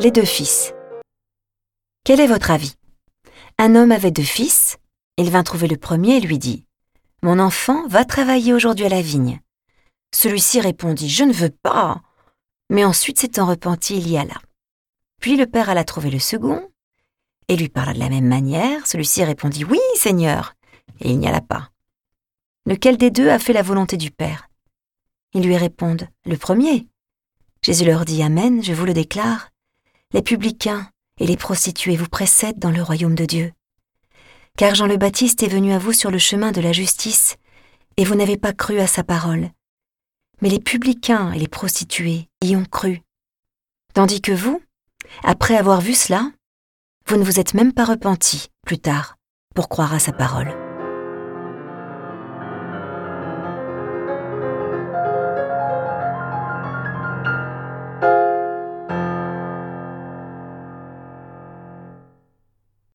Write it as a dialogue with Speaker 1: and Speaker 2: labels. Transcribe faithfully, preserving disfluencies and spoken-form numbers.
Speaker 1: Les deux fils. Quel est votre avis? Un homme avait deux fils. Il vint trouver le premier et lui dit « Mon enfant, va travailler aujourd'hui à la vigne. » Celui-ci répondit « Je ne veux pas. » Mais ensuite s'étant repenti, il y alla. Puis le père alla trouver le second et lui parla de la même manière. Celui-ci répondit « Oui, Seigneur. » Et il n'y alla pas. Lequel des deux a fait la volonté du Père? Ils lui répondent « Le premier. » Jésus leur dit « Amen, je vous le déclare. Les publicains et les prostituées vous précèdent dans le royaume de Dieu. Car Jean le Baptiste est venu à vous sur le chemin de la justice, et vous n'avez pas cru à sa parole. Mais les publicains et les prostituées y ont cru. Tandis que vous, après avoir vu cela, vous ne vous êtes même pas repentis plus tard pour croire à sa parole.